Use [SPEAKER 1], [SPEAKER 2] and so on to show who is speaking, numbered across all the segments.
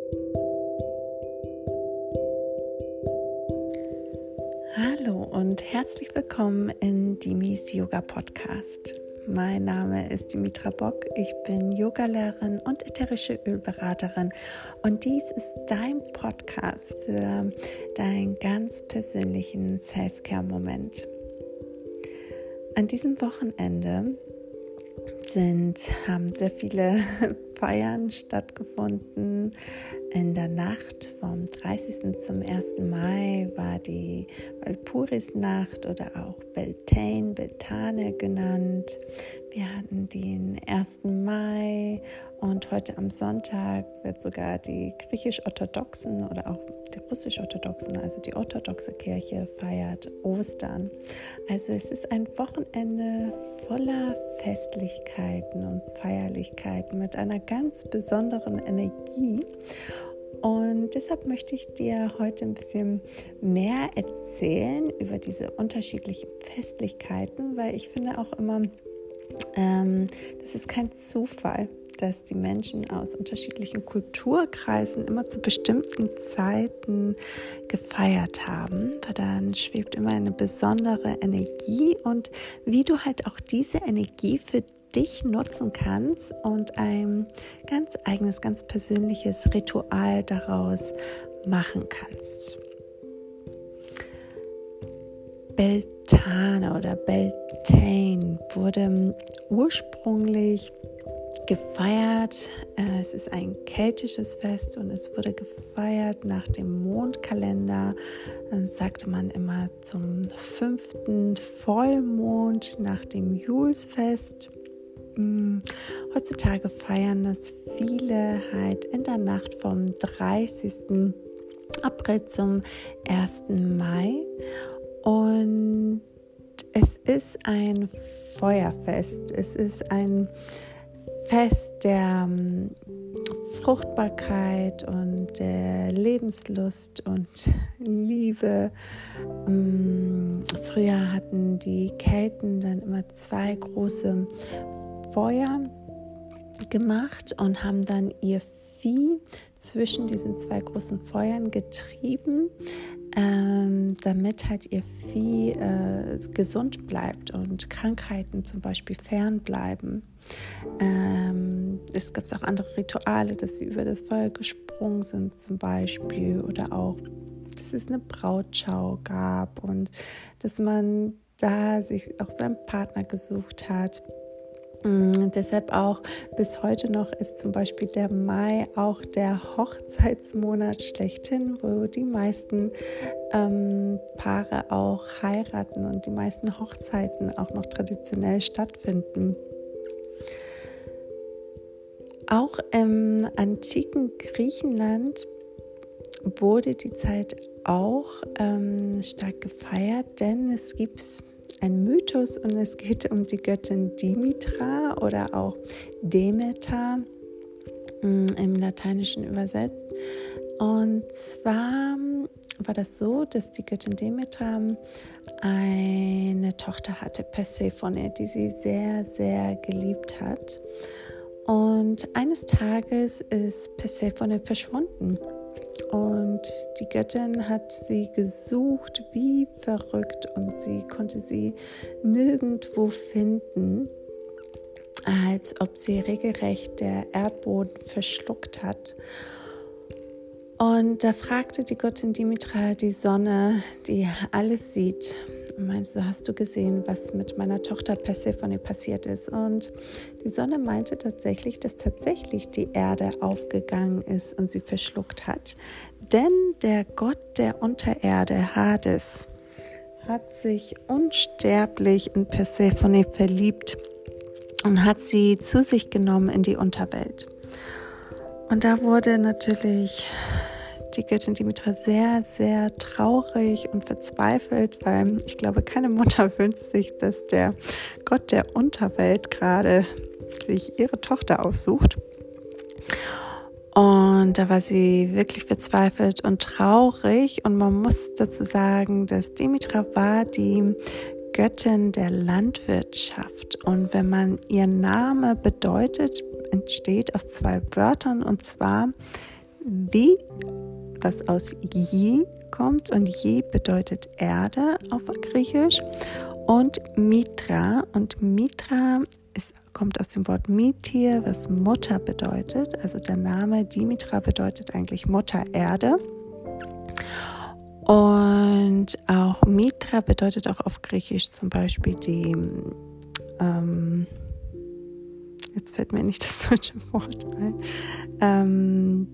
[SPEAKER 1] Hallo und herzlich willkommen in Dimis Yoga Podcast. Mein Name ist Dimitra Bock, ich bin Yogalehrerin und ätherische Ölberaterin und dies ist dein Podcast für deinen ganz persönlichen Self-Care-Moment. An diesem Wochenende haben sehr viele Feiern stattgefunden. In der Nacht vom 30. zum 1. Mai war die Walpurgisnacht oder auch Beltane genannt. Wir hatten den 1. Mai und heute am Sonntag wird sogar die griechisch-orthodoxen oder auch die russisch-orthodoxen, also die orthodoxe Kirche, feiert Ostern. Also es ist ein Wochenende voller Festlichkeiten und Feierlichkeiten mit einer ganz besonderen Energie. Und deshalb möchte ich dir heute ein bisschen mehr erzählen über diese unterschiedlichen Festlichkeiten, weil ich finde auch immer, das ist kein Zufall, dass die Menschen aus unterschiedlichen Kulturkreisen immer zu bestimmten Zeiten gefeiert haben, weil dann schwebt immer eine besondere Energie und wie du halt auch diese Energie für dich nutzen kannst und ein ganz eigenes, ganz persönliches Ritual daraus machen kannst. Beltane oder Beltane wurde ursprünglich gefeiert. Es ist ein keltisches Fest und es wurde gefeiert nach dem Mondkalender. Dann sagte man immer zum 5. Vollmond nach dem Julsfest. Heutzutage feiern das viele halt in der Nacht vom 30. April zum 1. Mai. Und es ist ein Feuerfest. Es ist ein Fest der Fruchtbarkeit und der Lebenslust und Liebe. Früher hatten die Kelten dann immer 2 große Feuer gemacht und haben dann ihr Vieh zwischen diesen 2 großen Feuern getrieben, damit halt ihr Vieh gesund bleibt und Krankheiten zum Beispiel fernbleiben. Es gab auch andere Rituale, dass sie über das Feuer gesprungen sind zum Beispiel oder auch, dass es eine Brautschau gab und dass man da sich auch seinen Partner gesucht hat. Deshalb auch bis heute noch ist zum Beispiel der Mai auch der Hochzeitsmonat schlechthin, wo die meisten Paare auch heiraten und die meisten Hochzeiten auch noch traditionell stattfinden. Auch im antiken Griechenland wurde die Zeit auch stark gefeiert, denn es gibt ein Mythos und es geht um die Göttin Dimitra oder auch Demeter im Lateinischen übersetzt. Und zwar war das so, dass die Göttin Demeter eine Tochter hatte, Persephone, die sie sehr, sehr geliebt hat. Und eines Tages ist Persephone verschwunden. Und die Göttin hat sie gesucht wie verrückt und sie konnte sie nirgendwo finden, als ob sie regelrecht der Erdboden verschluckt hat. Und da fragte die Göttin Dimitra die Sonne, die alles sieht, und meinte, so, hast du gesehen, was mit meiner Tochter Persephone passiert ist? Und die Sonne meinte tatsächlich, dass tatsächlich die Erde aufgegangen ist und sie verschluckt hat. Denn der Gott der Untererde, Hades, hat sich unsterblich in Persephone verliebt und hat sie zu sich genommen in die Unterwelt. Und da wurde natürlich die Göttin Dimitra sehr, sehr traurig und verzweifelt, weil ich glaube, keine Mutter wünscht sich, dass der Gott der Unterwelt gerade sich ihre Tochter aussucht. Und da war sie wirklich verzweifelt und traurig. Und man muss dazu sagen, dass Dimitra war die Göttin der Landwirtschaft. Und wenn man ihr Name bedeutet, entsteht aus 2 Wörtern, und zwar Wie, was aus Je kommt, und Je bedeutet Erde auf Griechisch, und Mitra, kommt aus dem Wort Mitir, was Mutter bedeutet. Also der Name Dimitra bedeutet eigentlich Mutter Erde. Und auch Mitra bedeutet auch auf Griechisch zum Beispiel die, jetzt fällt mir nicht das deutsche Wort ein,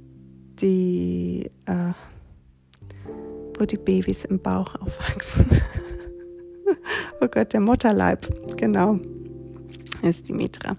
[SPEAKER 1] wo die Babys im Bauch aufwachsen. Oh Gott, der Mutterleib, genau, ist die Mitra.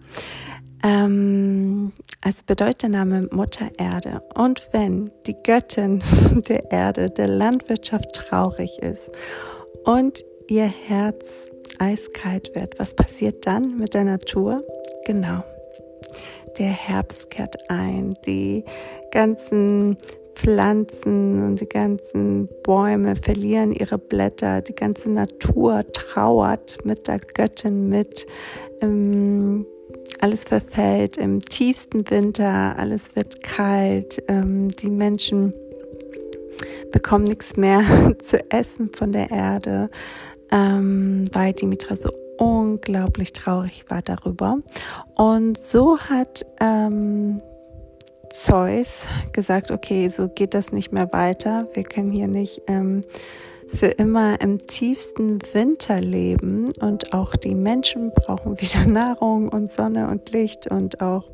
[SPEAKER 1] Also bedeutet der Name Mutter Erde. Und wenn die Göttin der Erde, der Landwirtschaft traurig ist und ihr Herz eiskalt wird, was passiert dann mit der Natur? Genau, der Herbst kehrt ein, die ganzen Pflanzen und die ganzen Bäume verlieren ihre Blätter, die ganze Natur trauert mit der Göttin mit, alles verfällt im tiefsten Winter, alles wird kalt, die Menschen bekommen nichts mehr zu essen von der Erde, weil die Mitra so unglaublich traurig war darüber. Und so hat Zeus gesagt, okay, so geht das nicht mehr weiter. Wir können hier nicht für immer im tiefsten Winter leben, und auch die Menschen brauchen wieder Nahrung und Sonne und Licht, und auch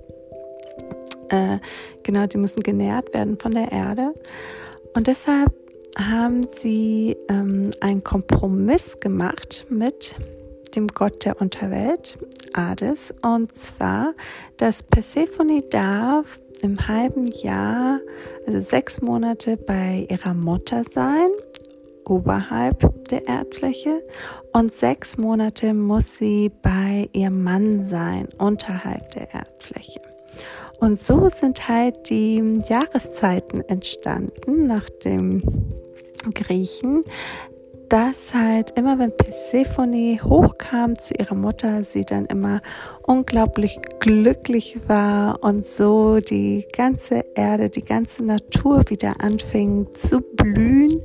[SPEAKER 1] die müssen genährt werden von der Erde. Und deshalb haben sie einen Kompromiss gemacht mit dem Gott der Unterwelt, Hades, und zwar, dass Persephone darf im halben Jahr, also 6 Monate, bei ihrer Mutter sein, oberhalb der Erdfläche, und 6 Monate muss sie bei ihrem Mann sein, unterhalb der Erdfläche. Und so sind halt die Jahreszeiten entstanden nach dem Griechen, dass halt immer, wenn Persephone hochkam zu ihrer Mutter, sie dann immer unglaublich glücklich war und so die ganze Erde, die ganze Natur wieder anfing zu blühen,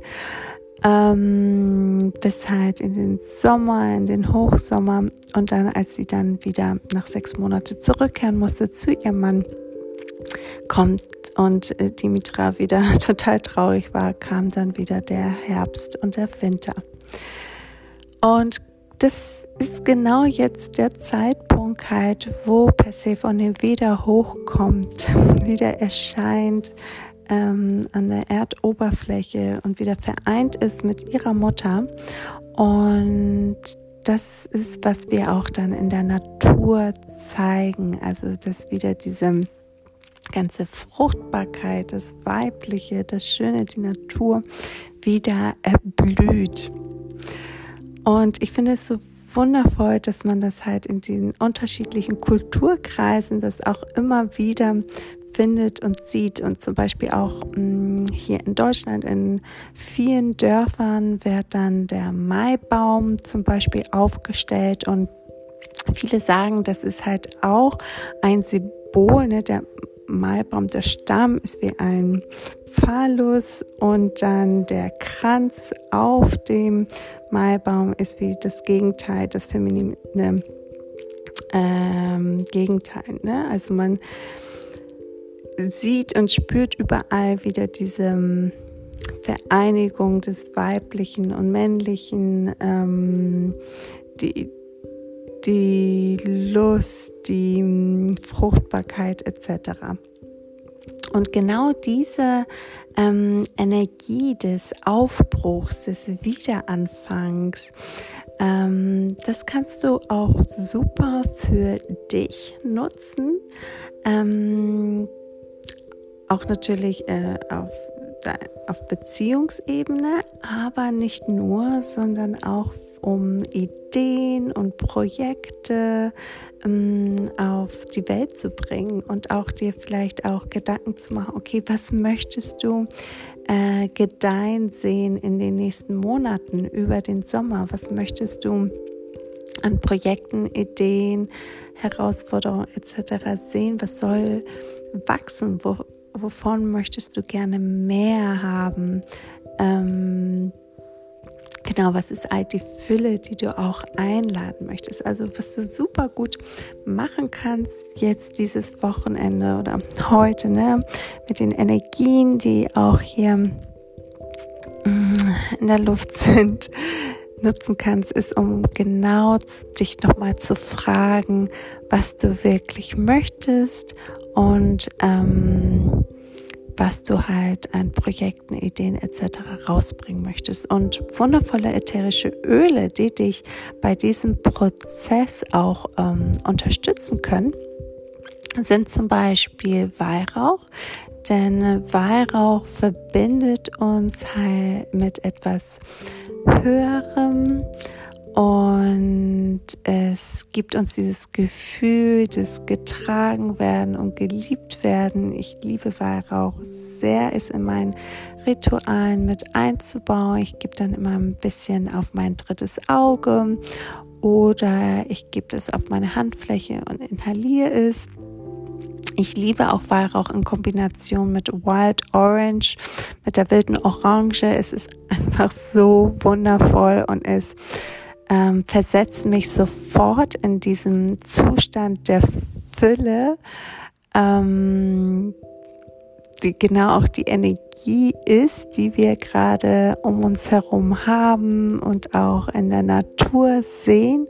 [SPEAKER 1] bis halt in den Sommer, in den Hochsommer, und dann, als sie dann wieder nach 6 Monaten zurückkehren musste zu ihrem Mann, kommt und die Mitra wieder total traurig war, kam dann wieder der Herbst und der Winter. Und das ist genau jetzt der Zeitpunkt halt, wo Persephone wieder hochkommt, wieder erscheint an der Erdoberfläche und wieder vereint ist mit ihrer Mutter. Und das ist, was wir auch dann in der Natur zeigen, also dass wieder diese ganze Fruchtbarkeit, das Weibliche, das Schöne, die Natur wieder erblüht. Und ich finde es so wundervoll, dass man das halt in den unterschiedlichen Kulturkreisen das auch immer wieder findet und sieht. Und zum Beispiel auch hier in Deutschland in vielen Dörfern wird dann der Maibaum zum Beispiel aufgestellt, und viele sagen, das ist halt auch ein Symbol, ne? Der Maibaum, der Stamm ist wie ein Phallus, und dann der Kranz auf dem Maibaum ist wie das Gegenteil, das feminine Gegenteil. Ne? Also man sieht und spürt überall wieder diese Vereinigung des Weiblichen und Männlichen, die Lust, die Fruchtbarkeit etc. Und genau diese Energie des Aufbruchs, des Wiederanfangs, das kannst du auch super für dich nutzen. Auch natürlich auf Beziehungsebene, aber nicht nur, sondern auch um Ideen und Projekte auf die Welt zu bringen und auch dir vielleicht auch Gedanken zu machen, okay, was möchtest du gedeihen sehen in den nächsten Monaten über den Sommer? Was möchtest du an Projekten, Ideen, Herausforderungen etc. sehen? Was soll wachsen? wovon möchtest du gerne mehr haben? Genau, was ist all die Fülle, die du auch einladen möchtest? Also was du super gut machen kannst jetzt dieses Wochenende oder heute, mit den Energien, die auch hier in der Luft sind, nutzen kannst, ist, um genau dich nochmal zu fragen, was du wirklich möchtest und was du halt an Projekten, Ideen etc. rausbringen möchtest. Und wundervolle ätherische Öle, die dich bei diesem Prozess auch unterstützen können, sind zum Beispiel Weihrauch. Denn Weihrauch verbindet uns halt mit etwas Höherem und es gibt uns dieses Gefühl des getragen werden und geliebt werden. Ich liebe Weihrauch sehr, es in meinen Ritualen mit einzubauen. Ich gebe dann immer ein bisschen auf mein drittes Auge oder ich gebe es auf meine Handfläche und inhaliere es. Ich liebe auch Weihrauch in Kombination mit Wild Orange, mit der wilden Orange. Es ist einfach so wundervoll und es versetzt mich sofort in diesen Zustand der Fülle, die genau auch die Energie ist, die wir gerade um uns herum haben und auch in der Natur sehen.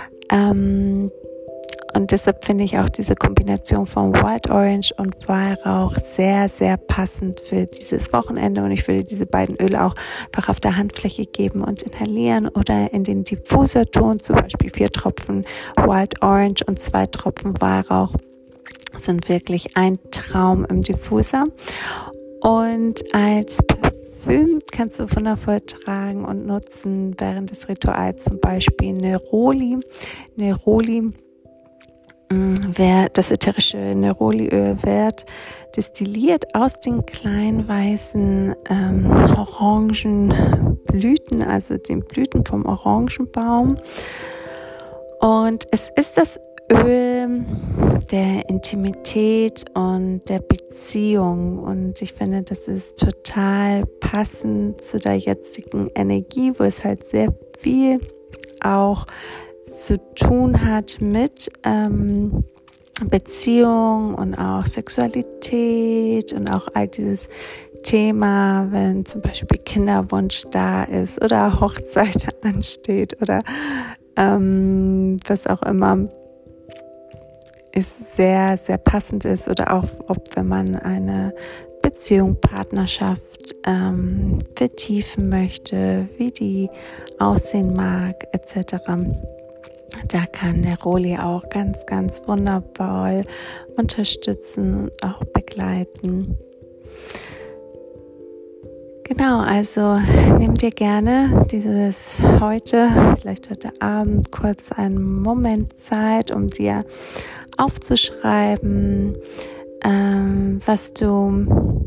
[SPEAKER 1] Und deshalb finde ich auch diese Kombination von Wild Orange und Weihrauch sehr, sehr passend für dieses Wochenende. Und ich würde diese beiden Öle auch einfach auf der Handfläche geben und inhalieren oder in den Diffuser tun, zum Beispiel 4 Tropfen Wild Orange und 2 Tropfen Weihrauch sind wirklich ein Traum im Diffuser. Und als Parfüm kannst du wundervoll tragen und nutzen während des Rituals zum Beispiel Neroli. Das ätherische Neroliöl wird destilliert aus den kleinen weißen Orangenblüten, also den Blüten vom Orangenbaum. Und es ist das Öl der Intimität und der Beziehung. Und ich finde, das ist total passend zu der jetzigen Energie, wo es halt sehr viel auch zu tun hat mit Beziehung und auch Sexualität und auch all dieses Thema, wenn zum Beispiel Kinderwunsch da ist oder Hochzeit ansteht oder was auch immer ist sehr, sehr passend ist oder auch, wenn man eine Beziehung, Partnerschaft vertiefen möchte, wie die aussehen mag, etc. Da kann Neroli auch ganz, ganz wundervoll unterstützen und auch begleiten. Genau, also nimm dir gerne vielleicht heute Abend kurz einen Moment Zeit, um dir aufzuschreiben, was du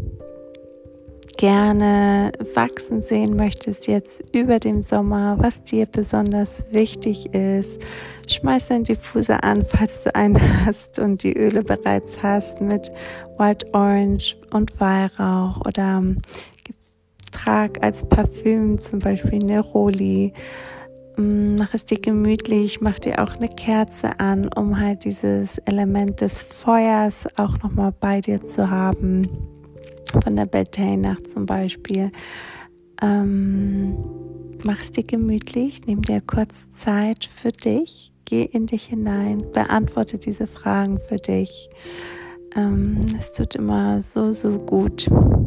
[SPEAKER 1] gerne wachsen sehen möchtest jetzt über den Sommer, was dir besonders wichtig ist. Schmeiß deinen Diffuser an, falls du einen hast und die Öle bereits hast mit Wild Orange und Weihrauch oder trag als Parfüm zum Beispiel Neroli. Mach es dir gemütlich, mach dir auch eine Kerze an, um halt dieses Element des Feuers auch nochmal bei dir zu haben. Von der Beltane-Nacht zum Beispiel. Mach es dir gemütlich, nimm dir kurz Zeit für dich, geh in dich hinein, beantworte diese Fragen für dich. Es tut immer so, so gut,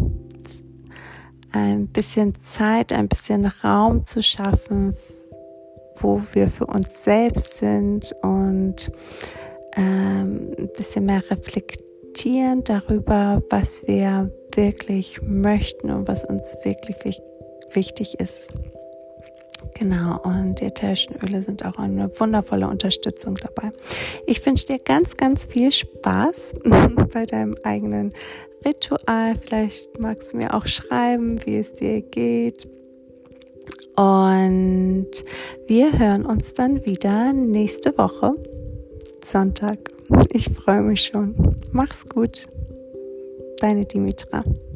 [SPEAKER 1] ein bisschen Zeit, ein bisschen Raum zu schaffen, wo wir für uns selbst sind und ein bisschen mehr reflektieren darüber, was wir wirklich möchten und was uns wirklich wichtig ist. Genau, und die ätherischen Öle sind auch eine wundervolle Unterstützung dabei. Ich wünsche dir ganz, ganz viel Spaß bei deinem eigenen Ritual. Vielleicht magst du mir auch schreiben, wie es dir geht. Und wir hören uns dann wieder nächste Woche, Sonntag. Ich freue mich schon. Mach's gut. deine Dimitra.